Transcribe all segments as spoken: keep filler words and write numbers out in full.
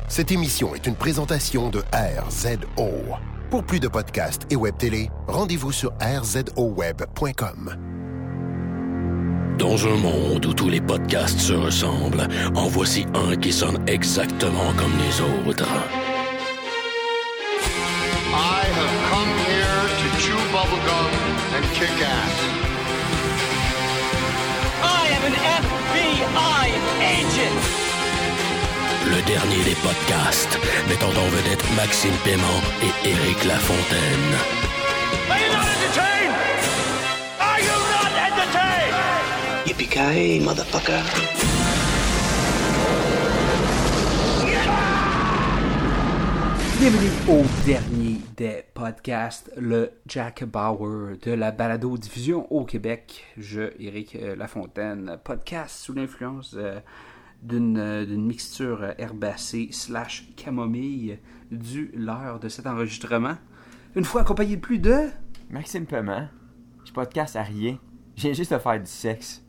Cette émission est une présentation de R Z O. Pour plus de podcasts et web télé, rendez-vous sur r z o web point com. Dans un monde où tous les podcasts se ressemblent, en voici un qui sonne exactement comme les autres. I have come here to chew bubblegum and kick ass. I am an F B I agent. Le dernier des podcasts, mettant en vedette Maxime Paiement et Éric Lafontaine. Are you not entertained? Are you not entertained? Yippee-ki-yay, motherfucker. Bienvenue au dernier des podcasts, le Jack Bauer de la balado-diffusion au Québec. Je, Éric Lafontaine, podcast sous l'influence euh, d'une, euh, d'une mixture herbacée slash camomille du l'heure de cet enregistrement. Une fois accompagné de plus de... Maxime Paiement, je podcast à rien. Je viens juste de faire du sexe.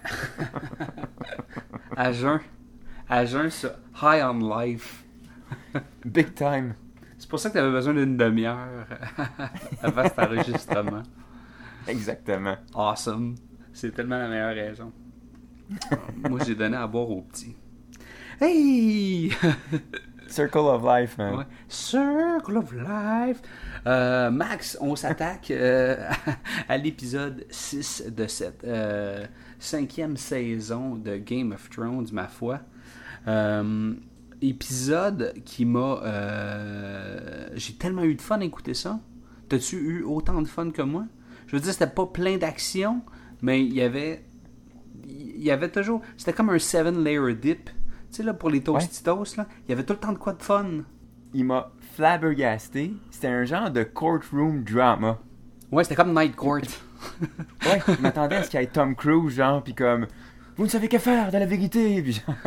à jeun. À jeun sur High on Life. Big time. C'est pour ça que tu avais besoin d'une demi-heure avant cet enregistrement. Exactement. Awesome. C'est tellement la meilleure raison. Moi, j'ai donné à boire aux petits. Hey! Circle of life, man. Ouais. Circle of life. Euh, Max, on s'attaque euh, à l'épisode six de cette euh, cinquième saison de Game of Thrones, ma foi. Euh, épisode qui m'a... Euh, j'ai tellement eu de fun à écouter ça. T'as-tu eu autant de fun que moi? Je veux dire, c'était pas plein d'action, mais il y avait... Il y avait toujours... C'était comme un seven layer dip. Tu sais, là, pour les Tostitos, ouais. Là, il y avait tout le temps de quoi de fun. Il m'a flabbergasté. C'était un genre de courtroom drama. Ouais, c'était comme Night Court. Ouais, je m'attendais à ce qu'il y ait Tom Cruise, genre, pis comme... Vous ne savez que faire de la vérité, pis genre...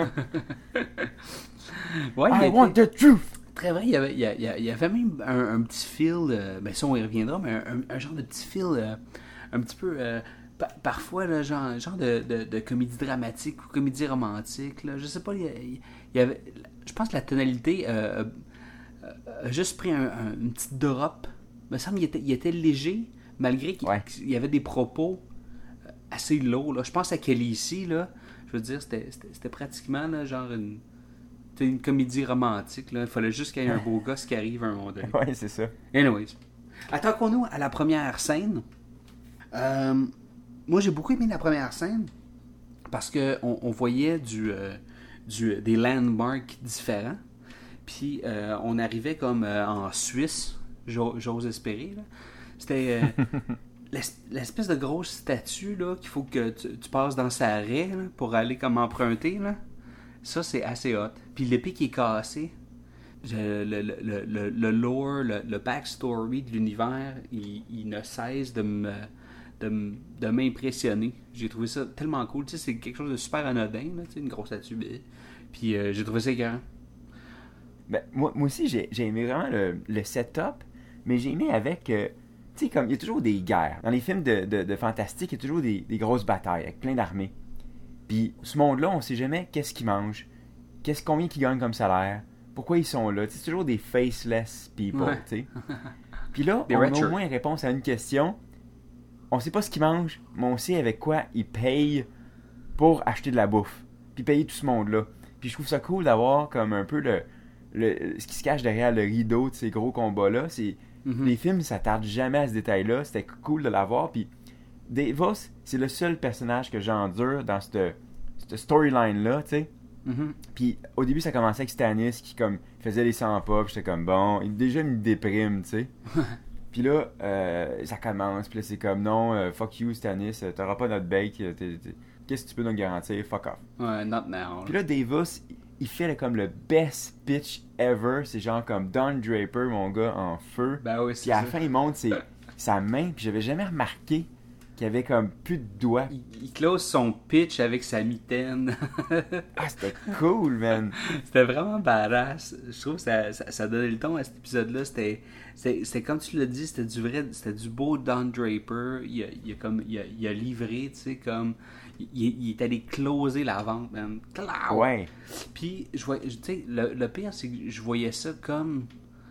ouais, I want the truth! Très vrai, il y avait, il y avait, il y avait même un, un petit feel... Euh, ben ça, on y reviendra, mais un, un, un genre de petit feel euh, un petit peu... Euh, pa- parfois, là, genre, genre de, de, de comédie dramatique ou comédie romantique. Là, je sais pas, il y, il y avait... Je pense que la tonalité euh, a juste pris un, un, une petite drop. Il me semble qu'il était, il était léger, malgré qu'il ouais. il y avait des propos assez lourds. Là. Je pense à Kelly ici, là. Je veux dire, c'était, c'était, c'était pratiquement là, genre une, une comédie romantique. Là. Il fallait juste qu'il y ait un beau gosse qui arrive à un moment donné. Ouais, c'est ça. Anyways. Attaquons-nous à la première scène. Euh, moi, j'ai beaucoup aimé la première scène parce qu'on on voyait du, euh, du, des landmarks différents. Puis, euh, on arrivait comme euh, en Suisse, j'ose espérer. Là. C'était... Euh, l'espèce de grosse statue là, qu'il faut que tu, tu passes dans sa raie là, pour aller comme emprunter. Là. Ça, c'est assez hot. Puis l'épée qui est cassée, le, le, le, le, le lore, le, le backstory de l'univers, il, il ne cesse de, me, de, de m'impressionner. J'ai trouvé ça tellement cool. Tu sais, c'est quelque chose de super anodin, là, tu sais, une grosse statue. Puis euh, j'ai trouvé ça écœurant. Ben, moi, moi aussi, j'ai, j'ai aimé vraiment le, le setup, mais j'ai aimé avec... Euh, tu sais, comme il y a toujours des guerres. Dans les films de, de, de fantastique, il y a toujours des, des grosses batailles avec plein d'armées. Puis ce monde-là, on sait jamais qu'est-ce qu'ils mangent, qu'est-ce, combien qu'ils gagnent comme salaire, pourquoi ils sont là. T'sais, c'est toujours des faceless people, ouais. Tu sais. Puis là, on a au moins une réponse à une question. On sait pas ce qu'ils mangent, mais on sait avec quoi ils payent pour acheter de la bouffe. Puis payer tout ce monde-là. Puis je trouve ça cool d'avoir comme un peu le... Le, ce qui se cache derrière le rideau de ces gros combats-là, c'est mm-hmm. Les films ne s'attardent jamais à ce détail-là. C'était cool de l'avoir. Puis Davos, c'est le seul personnage que j'endure dans cette, cette storyline-là, tu sais. Mm-hmm. Puis au début, ça commençait avec Stannis qui comme faisait les cent pas. Puis j'étais comme, bon, il déjà me déprime, tu sais. Puis là, euh, ça commence. Puis là, c'est comme, non, euh, fuck you, Stannis, t'auras pas notre bake. T'es, t'es, qu'est-ce que tu peux nous garantir? Fuck off. Ouais, not now. Puis là, Davos... il fait là, comme le best pitch ever. C'est genre comme Don Draper, mon gars, en feu. Ben oui, c'est puis à ça. la fin, il monte ses, sa main. Puis j'avais jamais remarqué qu'il y avait comme plus de doigts. Il, il close son pitch avec sa mitaine. Ah, c'était cool, man. C'était vraiment badass. Je trouve que ça, ça, ça donnait le ton à cet épisode-là. C'était, c'était, c'était comme tu l'as dit, c'était du vrai, c'était du beau Don Draper. Il a, il a, comme, il a, il a livré, tu sais, comme... il, il est allé closer la vente, man. Clau! Ouais. Puis, je vois, tu sais, le, le pire, c'est que je voyais ça comme.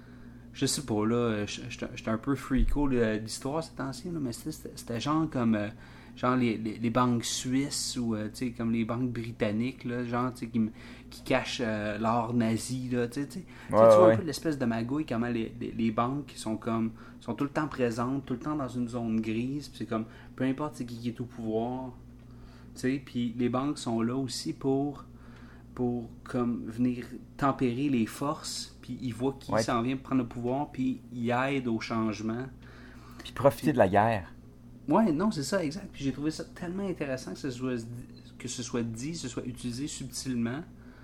Je sais pas, là, j'étais un peu freako de l'histoire ces temps-ci, mais c'était, c'était genre comme. Euh, genre les, les, les banques suisses ou euh, tu sais, comme les banques britanniques, là, genre, tu sais, qui, qui cachent euh, l'or nazi, là, tu sais, tu sais. Ouais, tu vois ouais. un peu l'espèce de magouille, comment les, les, les banques sont comme, sont tout le temps présentes, tout le temps dans une zone grise, puis c'est comme, peu importe c'est qui qui est au pouvoir, tu sais, puis les banques sont là aussi pour, pour comme, venir tempérer les forces, puis ils voient qui Ouais. s'en vient prendre le pouvoir, puis ils aident au changement. Puis profiter de la guerre. Ouais, non, c'est ça, exact. Puis j'ai trouvé ça tellement intéressant que ce soit, que ce soit dit, que ce soit utilisé subtilement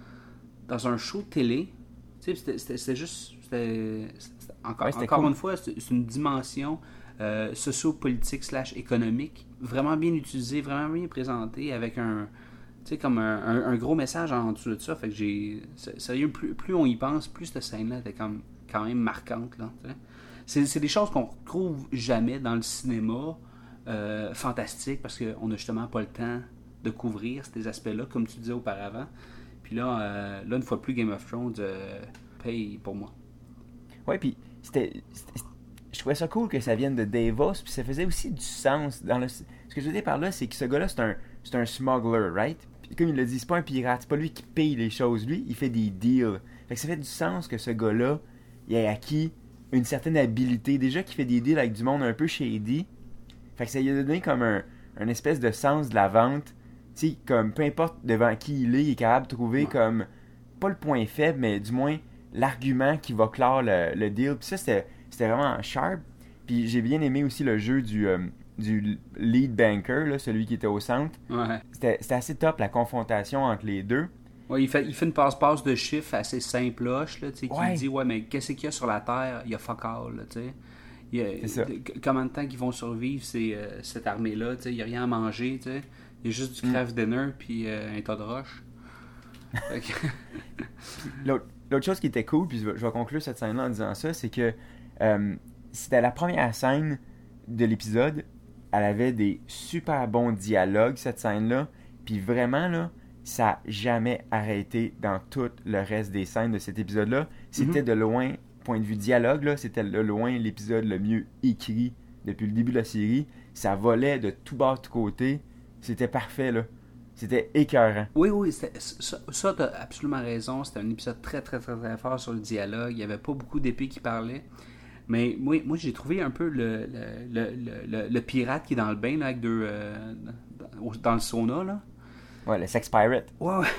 dans un show de télé. Tu sais, c'était, c'était, c'était juste. C'était, c'était, encore Ouais, c'était encore cool. une fois, c'est, c'est une dimension euh, socio-politique slash économique vraiment bien utilisée, vraiment bien présentée, avec un. Tu sais, comme un, un, un gros message en dessous de ça. Fait que j'ai. Sérieux, plus, plus on y pense, plus cette scène-là était quand même, quand même marquante, là. Tu sais. C'est, c'est des choses qu'on retrouve jamais dans le cinéma. Euh, fantastique parce qu'on n'a justement pas le temps de couvrir ces aspects-là, comme tu disais auparavant. Puis là, euh, là une fois plus, Game of Thrones euh, paye pour moi. Ouais, puis c'était, c'était- je trouvais ça cool que ça vienne de Davos, puis ça faisait aussi du sens. Dans le, ce que je veux dire par là, c'est que ce gars-là, c'est un, c'est un smuggler, right? Puis comme il l'a dit, c'est pas un pirate, c'est pas lui qui paye les choses. Lui, il fait des deals. Fait que ça fait du sens que ce gars-là, il ait acquis une certaine habilité. Déjà qu'il fait des deals avec du monde un peu shady. Fait que ça lui a donné comme un, un espèce de sens de la vente. Tu sais, comme peu importe devant qui il est, il est capable de trouver Ouais. comme, pas le point faible, mais du moins l'argument qui va clore le, le deal. Puis ça, c'était, c'était vraiment sharp. Puis j'ai bien aimé aussi le jeu du, euh, du lead banker, là, celui qui était au centre. Ouais. C'était, c'était assez top, la confrontation entre les deux. Ouais, il fait, il fait une passe-passe de chiffres assez simploche, là, tu sais, qui Ouais. dit, ouais, mais qu'est-ce qu'il y a sur la Terre? Il y a fuck all, là, tu sais. Il y a- C'est ça. de- Combien de temps qu'ils vont survivre, ces, euh, cette armée-là, tu sais. Il n'y a rien à manger, tu sais. Il y a juste du craft dinner puis euh, un tas de roches. Fait que- L'autre, l'autre chose qui était cool, puis je vais, je vais conclure cette scène-là en disant ça, c'est que euh, c'était la première scène de l'épisode. Elle avait des super bons dialogues, cette scène-là. Puis vraiment, là, ça n'a jamais arrêté dans tout le reste des scènes de cet épisode-là. C'était Mhm. de loin, point de vue dialogue, là, c'était de loin l'épisode le mieux écrit depuis le début de la série. Ça volait de tout bas, de tout côté. C'était parfait, là. C'était écœurant. Oui, oui, c'était- ça, ça tu as absolument raison. C'était un épisode très, très, très, très fort sur le dialogue. Il n'y avait pas beaucoup d'épées qui parlaient. Mais moi, moi j'ai trouvé un peu le, le, le, le, le- le pirate qui est dans le bain, là, avec deux. euh, dans, dans le sauna, là. Ouais, le Sex Pirate. Ouais, ouais.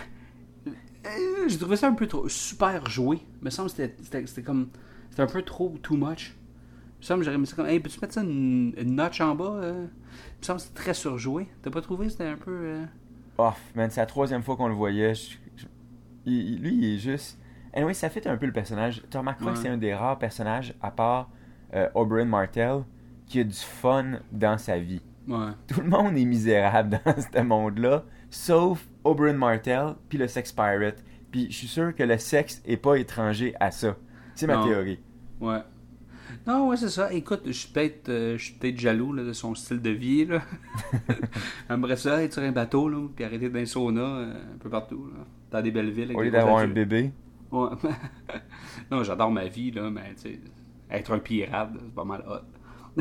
Euh, J'ai trouvé ça un peu trop. Super joué. Il me semble que c'était, c'était, c'était comme. C'était un peu trop, too much. Il me semble que j'aurais mis ça comme. Hey, peux-tu mettre ça une, une notch en bas euh? Il me semble que c'était très surjoué. T'as pas trouvé? C'était un peu. euh, Oh, man, c'est la troisième fois qu'on le voyait. Je- je- il- il- lui, il est juste... Anyway, ça fait un peu le personnage. Tu remarqueras Ouais. que c'est un des rares personnages, à part euh, Oberyn Martell, qui a du fun dans sa vie. Ouais. Tout le monde est misérable dans ce monde-là, sauf Oberyn Martell puis le Sex Pirate. Puis je suis sûr que le sexe est pas étranger à ça. C'est ma Non. théorie. Ouais. Non, ouais, c'est ça. Écoute, je suis peut-être euh, je suis peut-être jaloux là, de son style de vie. Là. J'aimerais ça être sur un bateau, là, puis arrêter dans un sauna euh, un peu partout. Là, dans des belles villes. avec Au lieu des gros d'avoir un adultes. bébé. Ouais. Non, j'adore ma vie, là, mais tu sais, être un pirate, c'est pas mal hot.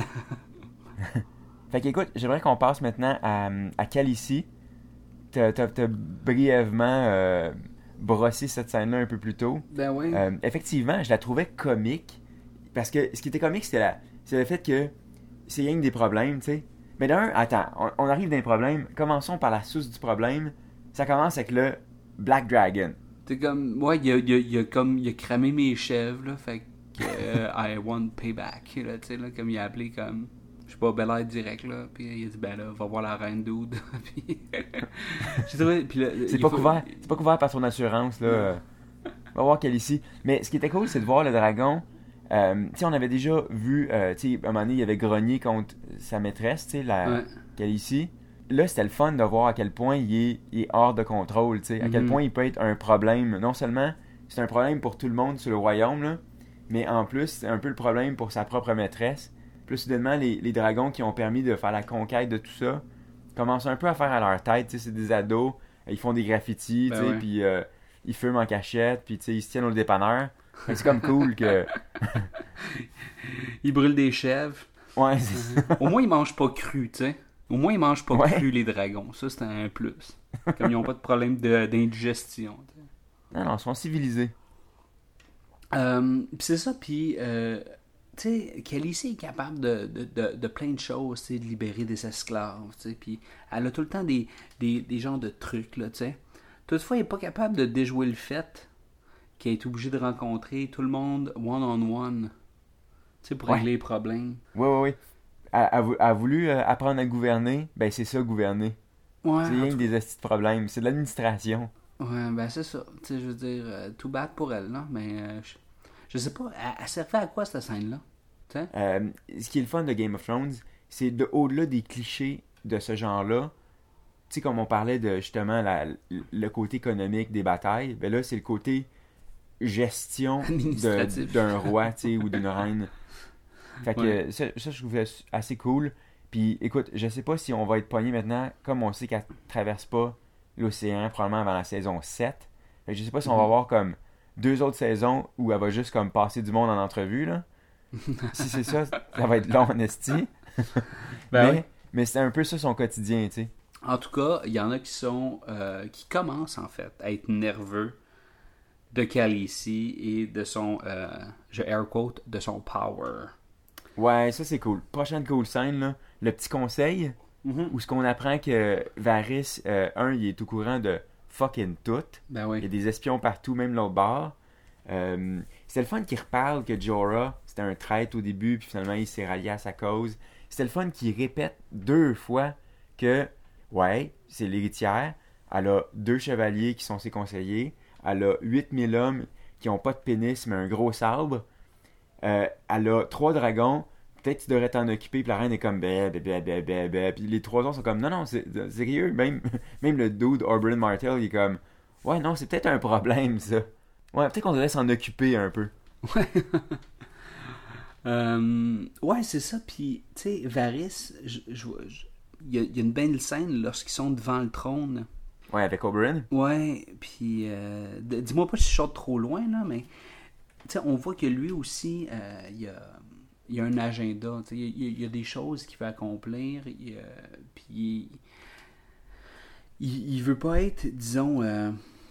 Fait qu'écoute, j'aimerais qu'on passe maintenant à, à Khaleesi. T'as, t'as, t'as brièvement euh, brossé cette scène-là un peu plus tôt. Ben oui. Euh, effectivement, je la trouvais comique. Parce que ce qui était comique, c'était, la, c'est le fait que c'est rien que des problèmes, tu sais. Mais d'un, attends, on, on arrive dans les problèmes. Commençons par la source du problème. Ça commence avec le Black Dragon. T'es comme, ouais, il a, il a, il a comme, il a cramé mes chèvres, là, fait que euh, I want payback, là, tu sais, là, comme il a appelé comme, je sais pas, Bel Air direct, là, puis il a dit, ben là, va voir la reine dude, puis j'ai trouvé, puis là, C'est il pas, faut- couvert, c'est pas couvert par son assurance, là. Euh, On va voir Khaleesi. Mais ce qui était cool, c'est de voir le dragon. Euh, tu sais, on avait déjà vu, euh, tu sais, à un moment donné, il avait grogné contre sa maîtresse, tu sais, la Ouais. Khaleesi. Là, c'était le fun de voir à quel point il est, il est hors de contrôle, tu sais. À quel Mhm. point il peut être un problème. Non seulement c'est un problème pour tout le monde sur le royaume, là, mais en plus, c'est un peu le problème pour sa propre maîtresse. Plus soudainement, les, les dragons qui ont permis de faire la conquête de tout ça commencent un peu à faire à leur tête, tu sais, c'est des ados, ils font des graffitis, Ben tu sais, ouais. puis euh, ils fument en cachette, puis tu sais, ils se tiennent au dépanneur. Fait que c'est comme cool que... Ils brûlent des chèvres. Ouais, c'est ça. Au moins, ils mangent pas cru, tu sais. Au moins, ils mangent pas Ouais. cru, les dragons. Ça, c'est un plus. Comme ils ont pas de problème de- d'indigestion. tu sais. Non, non, ils sont civilisés. Euh, pis c'est ça, puis, euh, tu sais, Khaleesi est capable de, de, de, de plein de choses, tu sais, de libérer des esclaves, tu sais, puis elle a tout le temps des, des, des genres de trucs, là, tu sais. Toutefois, elle est pas capable de déjouer le fait qu'elle est obligée de rencontrer tout le monde one-on-one, tu sais, pour Ouais. régler les problèmes. Oui, oui, oui. Elle elle a vou- elle a voulu euh, apprendre à gouverner, ben c'est ça, gouverner. Ouais, C'est en rien que tout- des hosties de problèmes, c'est de l'administration. ouais, ben c'est ça, tu sais, je veux dire, euh, tout bad pour elle, là, mais euh, je, je sais pas, elle, elle servait à quoi, cette scène-là, tu sais? Euh, ce qui est le fun de Game of Thrones, c'est de au-delà des clichés de ce genre-là, tu sais, comme on parlait de justement la- le côté économique des batailles, ben là, c'est le côté gestion de- Administratif. d'un roi, tu sais, ou d'une reine. Fait que Ouais. ça, ça, je trouvais assez cool. Puis écoute, je sais pas si on va être pogné maintenant, comme on sait qu'elle traverse pas l'océan probablement avant la saison sept. Fait que je sais pas si on va Mhm. avoir comme deux autres saisons où elle va juste comme passer du monde en entrevue, là. Si c'est ça, ça va être long en esti. Ben mais oui. mais c'est un peu ça son quotidien, tu sais. En tout cas, il y en a qui sont euh, qui commencent en fait à être nerveux de Khaleesi et de son, euh, je air quote, de son power. Ouais, ça c'est cool. Prochaine cool scène, là, le petit conseil, où ce qu'on apprend que Varys, euh, un, il est au courant de fucking tout. Ben Il y a oui. des espions partout, même l'autre bord. Euh, c'était le fun qu'il reparle que Jorah, c'était un traître au début, puis finalement il s'est rallié à sa cause. C'était le fun qu'il répète deux fois que, ouais, c'est l'héritière, elle a deux chevaliers qui sont ses conseillers, elle a huit mille hommes qui ont pas de pénis mais un gros sabre, euh, elle a trois dragons, peut-être que tu devrais t'en occuper, puis la reine est comme bé, bé, bé, bé, bé, bé. Puis les trois autres sont comme non, non, c'est c'est sérieux, même, même le dude Oberyn Martell, il est comme ouais, non, c'est peut-être un problème ça. Ouais, peut-être qu'on devrait s'en occuper un peu. Euh, ouais, c'est ça. Puis, tu sais, Varys, je- je- je- il y, a- il y a une belle scène lorsqu'ils sont devant le trône. Ouais, avec Oberyn. Ouais, puis euh, d- dis-moi pas si je saute trop loin, là, mais tu sais, on voit que lui aussi, euh, il, y a, il y a un agenda. tu sais, Il y, a- il y a des choses qu'il veut accomplir. il, euh, Puis il, il veut pas être, disons, euh,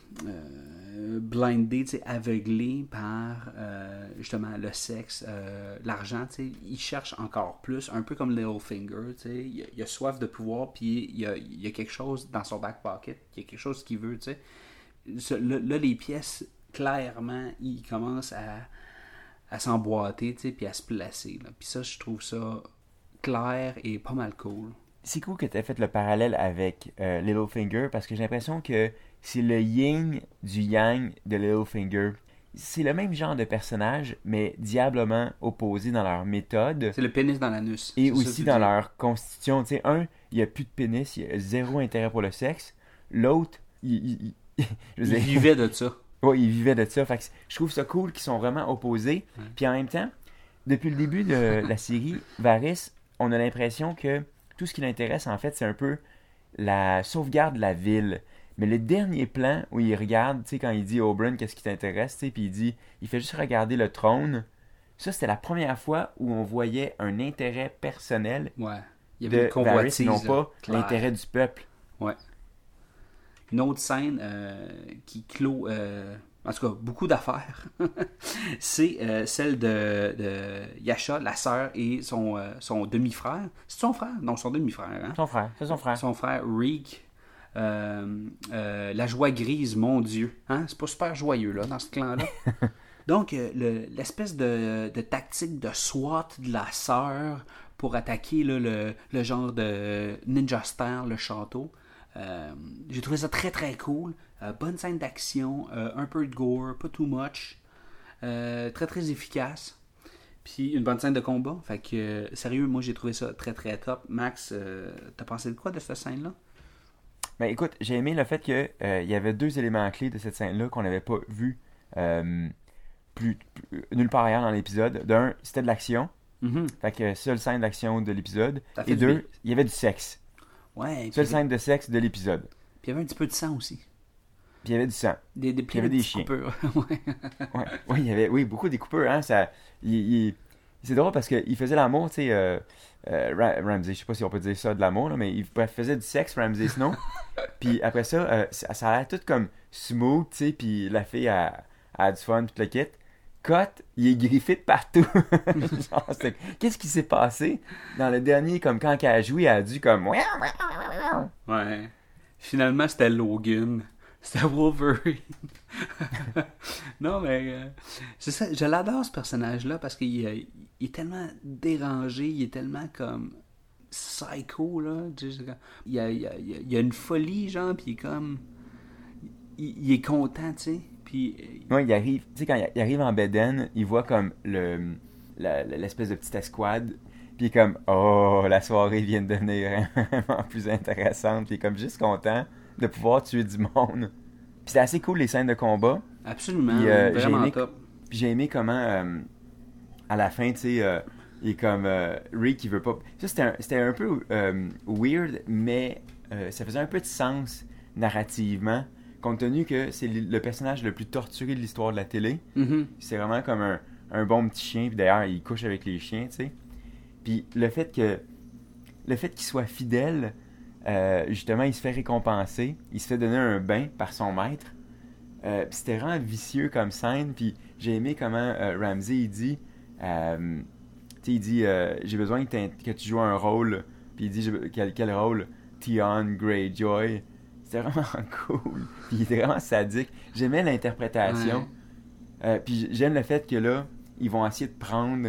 euh, blindé, tu sais, aveuglé par euh, justement le sexe, euh, l'argent. tu sais. Il cherche encore plus, un peu comme Littlefinger. tu sais. Il, a- il a soif de pouvoir, puis il y a, il y a quelque chose dans son back pocket, il y a quelque chose qu'il veut. tu sais. Ce- Là, là, les pièces, clairement, il commence à, à s'emboîter, tu sais, puis à se placer. Là. Puis ça, je trouve ça clair et pas mal cool. C'est cool que tu aies fait le parallèle avec euh, Littlefinger parce que j'ai l'impression que c'est le yin du yang de Littlefinger. C'est le même genre de personnage, mais diablement opposé dans leur méthode C'est le pénis dans l'anus. et c'est ça aussi que tu dans dis. leur constitution. Tu sais, un, il n'y a plus de pénis, il y a zéro intérêt pour le sexe. L'autre, il, il- il- je veux Il dire, vivait de ça. ouais, il vivait de ça. Fait que je trouve ça cool qu'ils sont vraiment opposés. Puis en même temps, depuis le début de la série, Varys, on a l'impression que tout ce qui l'intéresse, en fait, c'est un peu la sauvegarde de la ville. Mais le dernier plan où il regarde, tu sais, quand il dit Oberyn, qu'est-ce qui t'intéresse, tu sais, puis il dit, il fait juste regarder le trône. Ça, c'était la première fois où on voyait un intérêt personnel Ouais. Il y avait de une Varys, convoitise. non là, pas clair. l'intérêt du peuple. Ouais. Une autre scène euh, qui clôt, euh, en tout cas, beaucoup d'affaires, c'est euh, celle de, de Yasha, la sœur, et son, euh, son demi-frère. C'est son frère? Non, son demi-frère. Hein? Son frère, c'est son frère. Son frère, Reek. Euh, euh, la joie grise, mon Dieu. Hein? C'est pas super joyeux, là, dans ce clan-là. Donc, euh, le- l'espèce de, de tactique de SWAT de la sœur pour attaquer là, le, le genre de Ninja Star, le château. Euh, j'ai trouvé ça très très cool. Euh, bonne scène d'action, euh, un peu de gore, pas too much. Euh, très très efficace. Puis une bonne scène de combat. Fait que, euh, sérieux, moi j'ai trouvé ça très très top. Max, euh, t'as pensé de quoi de cette scène-là? Ben écoute, j'ai aimé le fait que euh, il y avait deux éléments clés de cette scène-là qu'on n'avait pas vu euh, plus, plus- nulle part ailleurs dans l'épisode. D'un, c'était de l'action. Mhm. Fait que seule scène d'action de l'épisode. Ça fait Et du deux, bien. il y avait du sexe. Ouais. Seule puis- scène de sexe de l'épisode. Puis il y avait un petit peu de sang aussi. Puis il y avait du sang. Des, des, Puis il y avait des petites chiens. coupures. Ouais. Ouais, ouais, il y avait oui, beaucoup de découpeurs. Hein, ça, il, il- c'est drôle parce qu'il faisait l'amour, tu sais, euh, euh, Ra- Ramsay, je sais pas si on peut dire ça de l'amour, là, mais il bref, faisait du sexe, Ramsay Snow. Puis après ça, euh, ça, ça a l'air tout comme smooth, tu sais, puis la fille a, a du fun, puis le kit. Cut, il est griffé de partout. Genre, c'est- qu'est-ce qui s'est passé dans le dernier, comme quand elle a joué, elle a dû comme... Ouais. Finalement, c'était Logan. C'était Wolverine. Non, mais euh, c'est ça. Je l'adore, ce personnage-là, parce qu'il euh, il est tellement dérangé, il est tellement comme psycho, là. Tu sais, il y a, il y a, il y a une folie, genre, puis il est comme... Il, il est content, tu sais. Puis... Ouais, il arrive, tu sais, quand il arrive en bedaine, il voit comme le, la- l'espèce de petite escouade, puis il est comme, oh, la soirée vient de devenir vraiment plus intéressante, puis il est comme juste content de pouvoir tuer du monde. Puis c'est assez cool les scènes de combat. Absolument, Puis, euh, j'ai vraiment aimé- top. Puis j'ai aimé comment, euh, à la fin, tu sais, euh, il est comme, euh, Rick, il veut pas... Ça, c'était un, c'était un peu euh, weird, mais euh, ça faisait un peu de sens narrativement, compte tenu que c'est le le personnage le plus torturé de l'histoire de la télé. Mhm. C'est vraiment comme un, un bon petit chien, puis d'ailleurs, il couche avec les chiens, tu sais. Puis le fait que... Le fait qu'il soit fidèle, euh, justement, il se fait récompenser, il se fait donner un bain par son maître. Euh, puis c'était vraiment vicieux comme scène, puis j'ai aimé comment euh, Ramsay, il dit... Euh, tu sais, il dit, euh, j'ai besoin que, t'in- que tu joues un rôle, puis il dit, j'ai- quel, quel rôle? Theon Greyjoy. C'était vraiment cool. Puis il était vraiment sadique. J'aimais l'interprétation. Ouais. Euh, puis j'aime le fait que là, ils vont essayer de prendre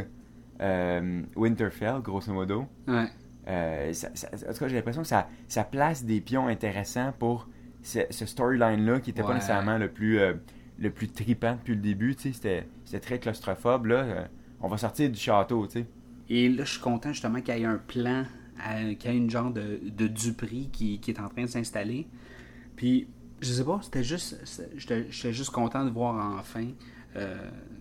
euh, Winterfell, grosso modo. Ouais. Euh, ça- ça- en tout cas, j'ai l'impression que ça, ça place des pions intéressants pour ce, ce storyline-là qui n'était pas Ouais. nécessairement le plus, euh, le plus trippant depuis le début. Tu sais, c'était, c'était très claustrophobe. Là, euh, on va sortir du château, tu sais. Et là, je suis content justement qu'il y ait un plan, euh, qu'il y ait une genre de, de Dupri qui, qui est en train de s'installer. Puis, je sais pas, c'était juste. c'est- J'étais j'étais juste content de voir enfin euh,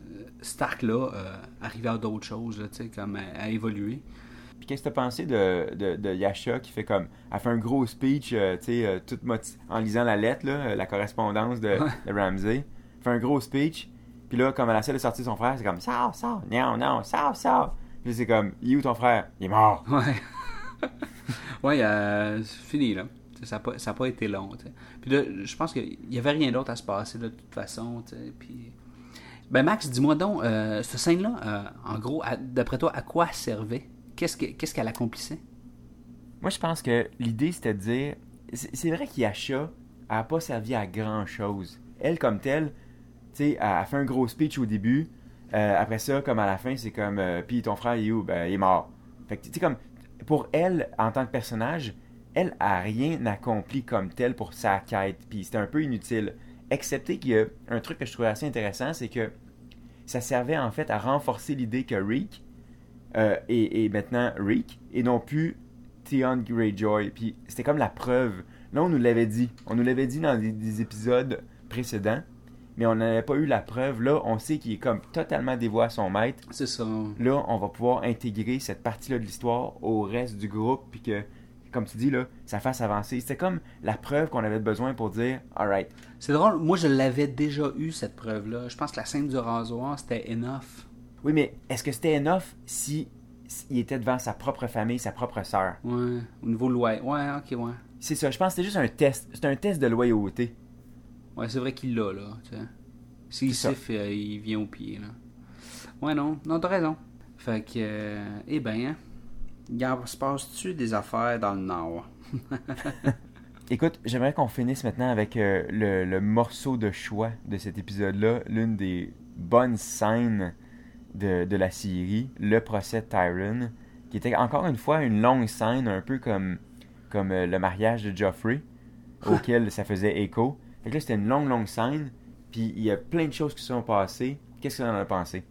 Stark là euh, arriver à d'autres choses, là, tu sais, comme à, à évoluer. Puis qu'est-ce que t'as pensé de, de, de Yasha qui fait comme... Elle fait un gros speech, euh, tu sais, euh, toute moti- en lisant la lettre, là, euh, la correspondance de, Ouais. de Ramsay. Elle fait un gros speech. Puis là, comme elle essaie de sortir son frère, c'est comme... Sors, sors, non, non, sors, sors. Puis c'est comme... Il est où ton frère? Il est mort. Ouais. Ouais, euh, c'est fini, là. T'sais, ça n'a pas, ça a pas été long, tu sais. Puis là, je pense qu'il n'y avait rien d'autre à se passer, là, de toute façon, tu sais. Puis... Ben, Max, dis-moi donc, euh, cette scène-là, euh, en gros, à- d'après toi, à quoi elle servait? Qu'est-ce, que, qu'est-ce qu'elle accomplissait? Moi, je pense que l'idée, c'était de dire... C'est, c'est vrai qu'Yasha n'a pas servi à grand-chose. Elle, comme telle, tu sais, elle a fait un gros speech au début. Euh, après ça, comme à la fin, c'est comme... Euh, Puis ton frère, il est où? Ben, il est mort. Fait que, tu sais, comme... Pour elle, en tant que personnage, elle a rien accompli comme tel pour sa quête. Puis c'était un peu inutile. Excepté qu'il y a un truc que je trouvais assez intéressant, c'est que ça servait en fait à renforcer l'idée que Rick euh, est, est maintenant Rick et non plus Theon Greyjoy. Puis c'était comme la preuve. Là, on nous l'avait dit. On nous l'avait dit dans des, des épisodes précédents, mais on n'avait pas eu la preuve. Là, on sait qu'il est comme totalement dévoué à son maître. C'est ça. Là, on va pouvoir intégrer cette partie-là de l'histoire au reste du groupe, puis que, comme tu dis, là, ça fasse avancer. C'était comme la preuve qu'on avait besoin pour dire « Alright, C'est drôle, moi je l'avais déjà eu, cette preuve-là. Je pense que la scène du rasoir, c'était enough. oui, mais est-ce que c'était enough si, si il était devant sa propre famille, sa propre sœur? Ouais, au niveau loyer. Ouais, ok, ouais. C'est ça, je pense que c'était juste un test. C'était un test de loyauté. Ouais, c'est vrai qu'il l'a, là, tu sais. S'il C'est ça. siffle, euh, il vient au pied, là. Ouais, non, non, t'as raison. Fait que, euh, eh ben, hein, il en se passe-tu des affaires dans le Nord? Écoute, j'aimerais qu'on finisse maintenant avec euh, le, le morceau de choix de cet épisode-là, l'une des bonnes scènes de, de la série, le procès de Tyrion, qui était encore une fois une longue scène, un peu comme, comme euh, le mariage de Joffrey, auquel ça faisait écho. Fait que là, c'était une longue, longue scène, puis il y a plein de choses qui se sont passées. Qu'est-ce que tu en as pensé?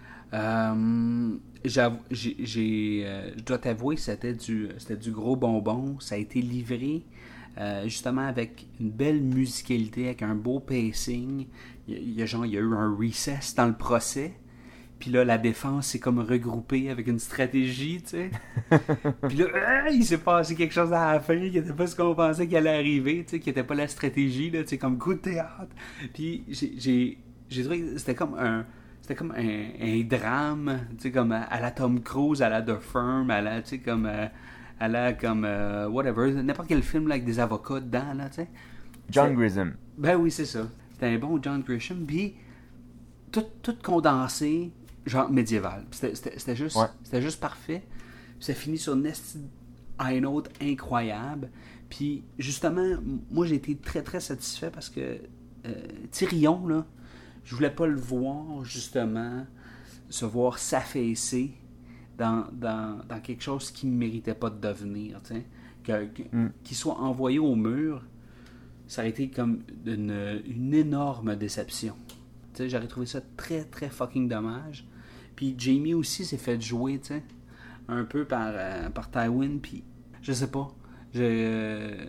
Euh, j'avoue- j'ai, j'ai, euh, je dois t'avouer, c'était du, c'était du gros bonbon. Ça a été livré euh, justement avec une belle musicalité, avec un beau pacing. Il y a, il y a genre, il y a eu un recess dans le procès. Puis là, la défense s'est comme regroupée avec une stratégie, tu sais. Puis là, euh, il s'est passé quelque chose à la fin qui n'était pas ce qu'on pensait qu'il allait arriver, tu sais, qui n'était pas la stratégie, là, tu sais, comme coup de théâtre. Puis j'ai, j'ai, j'ai trouvé que c'était comme un... C'était comme un, un drame, tu sais, comme à, à la Tom Cruise, à la The Firm, à la, tu sais, comme... Euh, à la, comme... Euh, whatever, n'importe quel film là, avec des avocats dedans, là, tu sais. John C'est... Grisham. Ben oui, c'est ça. C'était un bon John Grisham, puis tout, tout condensé, genre médiéval. C'était, c'était, c'était, juste, Ouais. c'était juste parfait. Puis ça finit sur une high note incroyable. Puis justement, moi j'ai été très très satisfait parce que euh, Tyrion, là, je voulais pas le voir justement se voir s'affaisser dans, dans, dans quelque chose qui ne méritait pas de devenir. Que, que, mm. Qu'il soit envoyé au mur, ça aurait été comme une, une énorme déception. T'sais, j'aurais trouvé ça très très fucking dommage. Puis Jamie aussi s'est fait jouer, tu sais, un peu par, euh, par Tywin. Puis je sais pas, je, euh,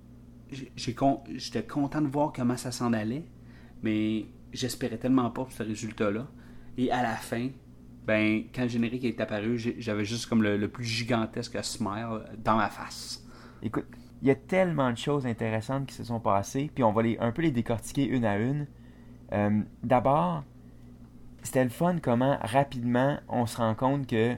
j'ai, j'ai con, j'étais content de voir comment ça s'en allait, mais j'espérais tellement pas pour ce résultat-là. Et à la fin, ben quand le générique est apparu, j'avais juste comme le, le plus gigantesque smile dans ma face. Écoute, il y a tellement de choses intéressantes qui se sont passées, puis on va les, un peu les décortiquer une à une. Euh, d'abord, c'était le fun comment rapidement on se rend compte que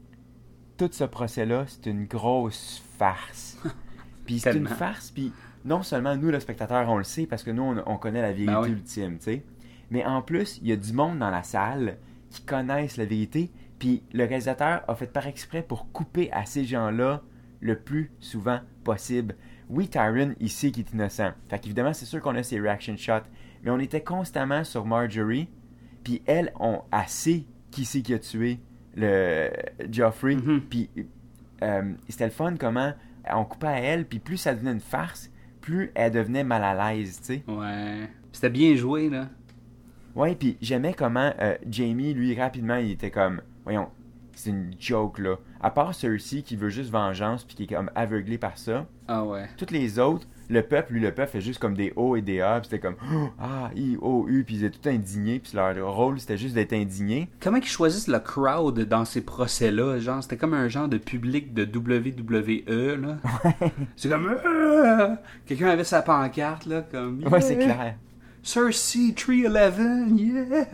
tout ce procès-là, c'est une grosse farce. Puis c'est une farce, puis non seulement nous, le spectateur, on le sait, parce que nous, on, on connaît la vérité ben oui. ultime, tu sais. Mais en plus, il y a du monde dans la salle qui connaissent la vérité, puis le réalisateur a fait par exprès pour couper à ces gens-là le plus souvent possible. Oui, Tyrion, il sait qu'il est innocent. Fait qu'évidemment, c'est sûr qu'on a ses reaction shots, mais on était constamment sur Marjorie, puis elle, on a sait qui c'est qui a tué le Joffrey, mm-hmm. puis euh, c'était le fun comment on coupait à elle, puis plus ça devenait une farce, plus elle devenait mal à l'aise, tu sais. Ouais. C'était bien joué, là. Ouais, puis j'aimais comment euh, Jamie, lui, rapidement, il était comme, voyons, c'est une joke, là. À part Cersei qui veut juste vengeance puis qui est comme aveuglé par ça. Ah ouais. Toutes les autres, le peuple, lui, le peuple fait juste comme des O et des A, puis c'était comme oh, ah, I, O, U, puis ils étaient tout indignés, puis leur rôle, c'était juste d'être indignés. Comment ils choisissent le crowd dans ces procès-là? Genre, c'était comme un genre de public de W W E, là. Ouais. C'est comme euh, quelqu'un avait sa pancarte, là, comme yeah. Ouais, c'est clair. Cersei, trois eleven, yeah!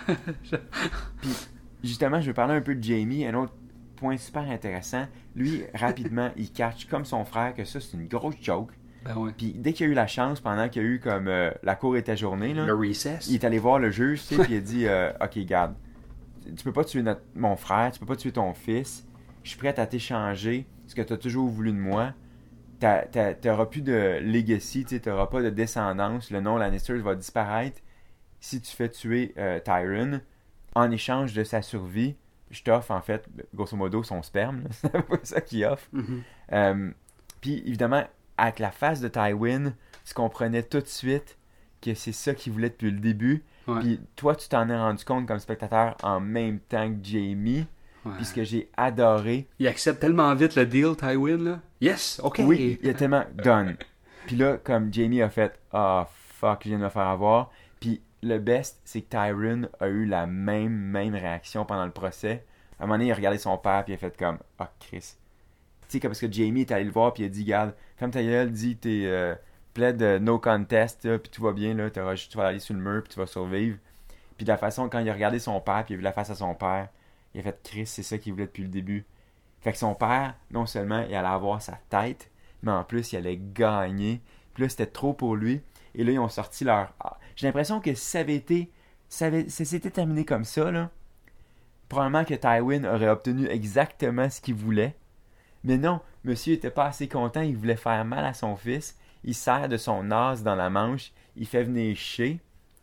Puis, justement, je veux parler un peu de Jamie, un autre point super intéressant. Lui, rapidement, il catch comme son frère que ça, c'est une grosse joke. Ben ouais. Puis dès qu'il a eu la chance, pendant qu'il y a eu comme euh, la cour était journée, là, le recess, il est allé voir le juge, tu sais, puis il a dit euh, ok, garde, tu peux pas tuer notre, mon frère, tu peux pas tuer ton fils, je suis prêt à t'échanger ce que tu as toujours voulu de moi. T'as, t'as, t'auras plus de legacy, tu n'auras pas de descendance, le nom Lannister va disparaître si tu fais tuer euh, Tyrion. En échange de sa survie, je t'offre en fait, grosso modo, son sperme, c'est ça qu'il offre. Mm-hmm. Euh, puis évidemment, avec la face de Tywin, tu comprenais tout de suite que c'est ça qu'il voulait depuis le début. Ouais. Puis toi, tu t'en es rendu compte comme spectateur en même temps que Jamie. Ouais. Puis ce que j'ai adoré... Il accepte tellement vite le deal, Tywin, là. Yes, OK. Oui, il a tellement done. Puis là, comme Jamie a fait « Ah, oh, fuck, je viens de me faire avoir. » Puis le best, c'est que Tyrion a eu la même, même réaction pendant le procès. À un moment donné, il a regardé son père, puis il a fait comme « Ah, oh, Chris. » Tu sais, parce que Jamie est allé le voir, puis il a dit « Garde, ferme ta gueule, dis t'es euh, plaid de no contest, là, puis tout va bien, là, juste, tu vas aller sur le mur, puis tu vas survivre. » Puis de la façon, quand il a regardé son père, puis il a vu la face à son père, il a fait « Chris, c'est ça qu'il voulait depuis le début. » Fait que son père, non seulement il allait avoir sa tête, mais en plus, il allait gagner. Puis là, c'était trop pour lui. Et là, ils ont sorti leur... J'ai l'impression que si ça avait été... Ça, avait... ça s'était terminé comme ça, là, probablement que Tywin aurait obtenu exactement ce qu'il voulait. Mais non, monsieur était pas assez content, il voulait faire mal à son fils. Il serre de son as dans la manche, il fait venir Shae.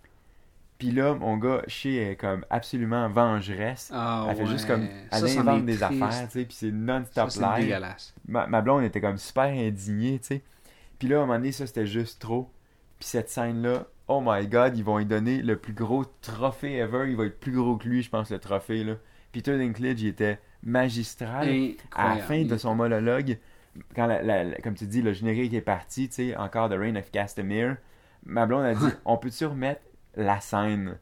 Puis là, mon gars, Shae est comme absolument vengeresse. Ah, elle fait ouais. juste comme... Elle ça, invente des triste. affaires, tu sais, puis c'est non-stop ça, c'est live. dégueulasse. Ma, ma blonde était comme super indignée, tu sais. Puis là, à un moment donné, ça, c'était juste trop. Puis cette scène-là, oh my God, ils vont lui donner le plus gros trophée ever. Il va être plus gros que lui, je pense, le trophée, là. Peter Dinklage, il était magistral. Incroyable. À la fin de son monologue, quand, la, la, la, comme tu dis, le générique est parti, tu sais, encore The Reign of Castamere, ma blonde a dit, on peut-tu remettre la scène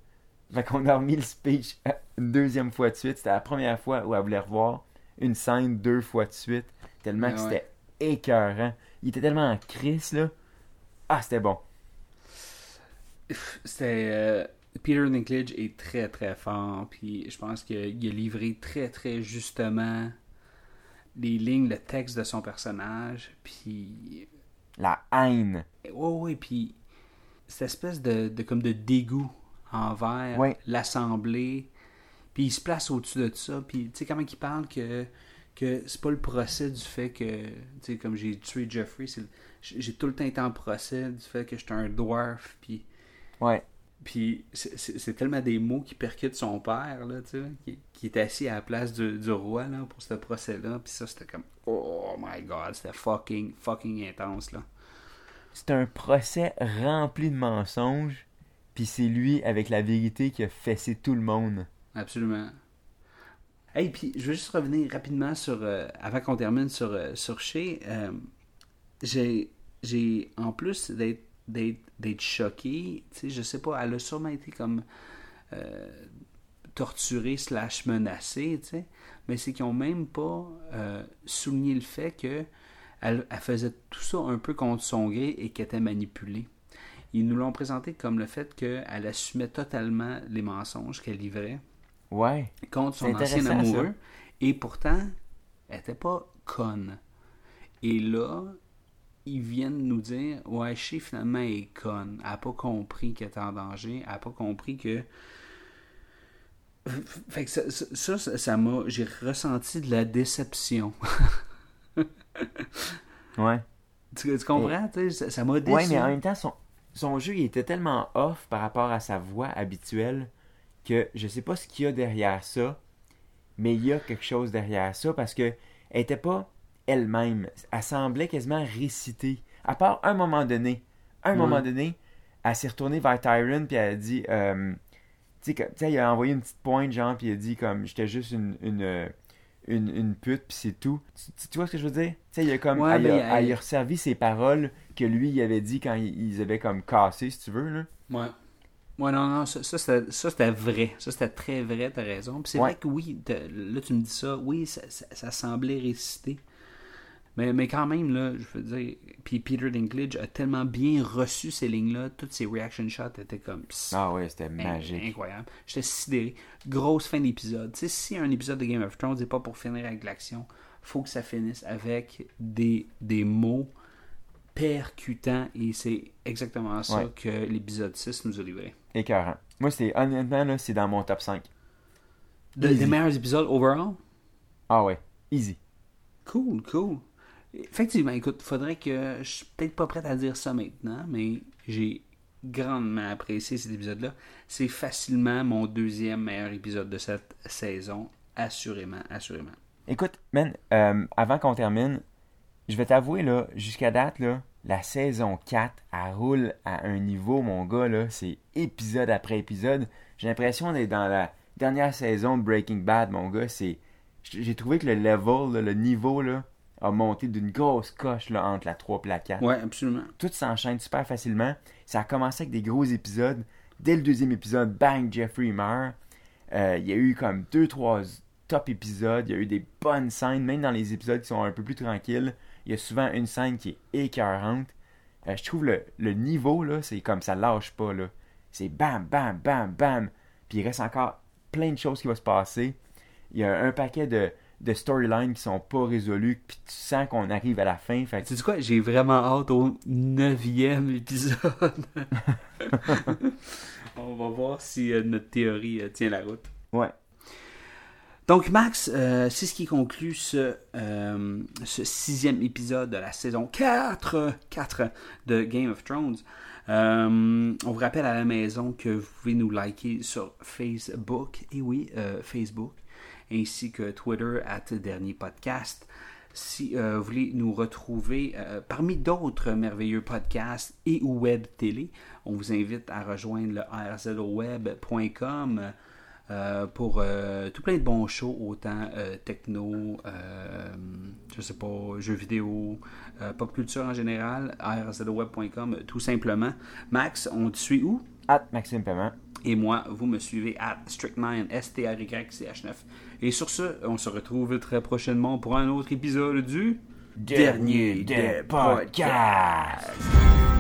Fait qu'on a remis le speech une deuxième fois de suite. C'était la première fois où elle voulait revoir une scène deux fois de suite. Tellement Ah que ouais. c'était écœurant. Il était tellement en crise, là. Ah, c'était bon. C'était... euh, Peter Dinklage est très très fort, puis je pense qu'il a, il a livré très très justement les lignes, le texte de son personnage, puis... La haine. Oh oui, puis cette espèce de, de comme de dégoût envers Ouais. l'Assemblée, puis il se place au-dessus de ça, puis tu sais comment il parle que que c'est pas le procès du fait que, tu sais, comme j'ai tué Jeffrey, c'est le- j'ai tout le temps été en procès du fait que j'étais un dwarf, puis Ouais. puis c'est, c'est, c'est tellement des mots qui percutent son père, là, tu sais, qui, qui est assis à la place du, du roi, là, pour ce procès-là, puis ça, c'était comme, oh my god, c'était fucking, fucking intense, là. C'est un procès rempli de mensonges, puis c'est lui, avec la vérité, qui a fessé tout le monde. Absolument. Hey, puis je veux juste revenir rapidement sur, euh, avant qu'on termine sur, euh, sur Shea, euh, j'ai, j'ai, en plus d'être, d'être, d'être choqué, tu sais, je sais pas, elle a sûrement été comme euh, torturée slash menacée, tu sais, mais c'est qu'ils ont même pas euh, souligné le fait que elle, elle faisait tout ça un peu contre son gré et qu'elle était manipulée. Ils nous l'ont présenté comme le fait qu'elle assumait totalement les mensonges qu'elle livrait Ouais. contre C'est son ancien intéressant, amoureux. ça. Et pourtant, elle était pas conne. Et là, ils viennent nous dire, ouais, Shea finalement est conne. Elle n'a pas compris qu'elle était en danger. Elle n'a pas compris que... Fait que ça, ça, ça, ça m'a... J'ai ressenti de la déception. Ouais. Tu, tu comprends? tu sais, Ça, ça m'a déçu. Ouais, mais en même temps, son, son jeu, il était tellement off par rapport à sa voix habituelle que je sais pas ce qu'il y a derrière ça, mais il y a quelque chose derrière ça parce que elle était pas elle-même. Elle semblait quasiment réciter. À part un moment donné. Un Ouais. moment donné, elle s'est retournée vers Tyron puis elle a dit... Euh, tu sais, que- tu sais, il a envoyé une petite pointe, genre, puis il a dit comme j'étais juste une, une, euh, une, une pute, puis c'est tout. Tu, tu- tu vois ce que je veux dire? Tu sais, il a comme. Ouais, elle, ben, a, elle- elle a resservi ses paroles que lui, il avait dit quand ils, ils avaient comme cassé, si tu veux, là. Ouais. Ouais, non, non, ça, ça, c'était, ça, c'était vrai. Ça, c'était très vrai, t'as raison. Puis c'est Ouais. vrai que oui, t'as- là, tu me dis ça, oui, ça, ça, ça semblait réciter. Mais, mais quand même, là, je veux dire, puis Peter Dinklage a tellement bien reçu ces lignes-là, toutes ses reaction shots étaient comme... pss, Ah ouais, c'était in- magique. Incroyable. J'étais sidéré. Grosse fin d'épisode. Tu sais, si un épisode de Game of Thrones n'est pas pour finir avec l'action, faut que ça finisse avec des, des mots percutants, et c'est exactement ça Ouais. que l'épisode six nous a livré. Écœurant. Moi, c'était honnêtement, là, c'est dans mon top cinq. De- Easy. des meilleurs épisodes overall? Ah ouais, easy. Cool, cool. Effectivement, écoute, faudrait que je suis peut-être pas prêt à dire ça maintenant, mais j'ai grandement apprécié cet épisode-là. C'est facilement mon deuxième meilleur épisode de cette saison, assurément, assurément. Écoute, man, euh, avant qu'on termine, je vais t'avouer, là, jusqu'à date, là, la saison quatre, elle roule à un niveau, mon gars, là, c'est épisode après épisode. J'ai l'impression d'être dans la dernière saison de Breaking Bad, mon gars, c'est... J'ai trouvé que le level, là, le niveau, là, a monté d'une grosse coche, là, entre la trois et la quatre. Ouais, absolument. Tout s'enchaîne super facilement. Ça a commencé avec des gros épisodes. Dès le deuxième épisode, bang, Jeffrey meurt. Euh, Il y a eu comme deux, trois top épisodes. Il y a eu des bonnes scènes, même dans les épisodes qui sont un peu plus tranquilles. Il y a souvent une scène qui est écœurante. Euh, je trouve le, le niveau, là, c'est comme ça lâche pas, là. C'est bam, bam, bam, bam. Puis il reste encore plein de choses qui vont se passer. Il y a un paquet de, de storylines qui sont pas résolues. Puis tu sens qu'on arrive à la fin. Fait que Tu sais quoi? J'ai vraiment hâte au neuvième épisode. On va voir si euh, notre théorie euh, tient la route. ouais. Donc, Max, euh, c'est ce qui conclut ce, euh, ce sixième épisode de la saison quatre, quatre de Game of Thrones. Euh, on vous rappelle à la maison que vous pouvez nous liker sur Facebook, et oui, euh, Facebook, ainsi que Twitter, at Dernier Podcast. Si euh, vous voulez nous retrouver euh, parmi d'autres merveilleux podcasts et ou web télé, on vous invite à rejoindre le r z o web point com. euh, pour euh, tout plein de bons shows, autant euh, techno, euh, je sais pas, jeux vidéo, euh, pop culture en général, r z o web point com, tout simplement. Max, on te suit où? At Maxime Paiement. Et moi, vous me suivez à Strict nine, S T R Y C H neuf. Et sur ce, on se retrouve très prochainement pour un autre épisode du Dernier des podcasts.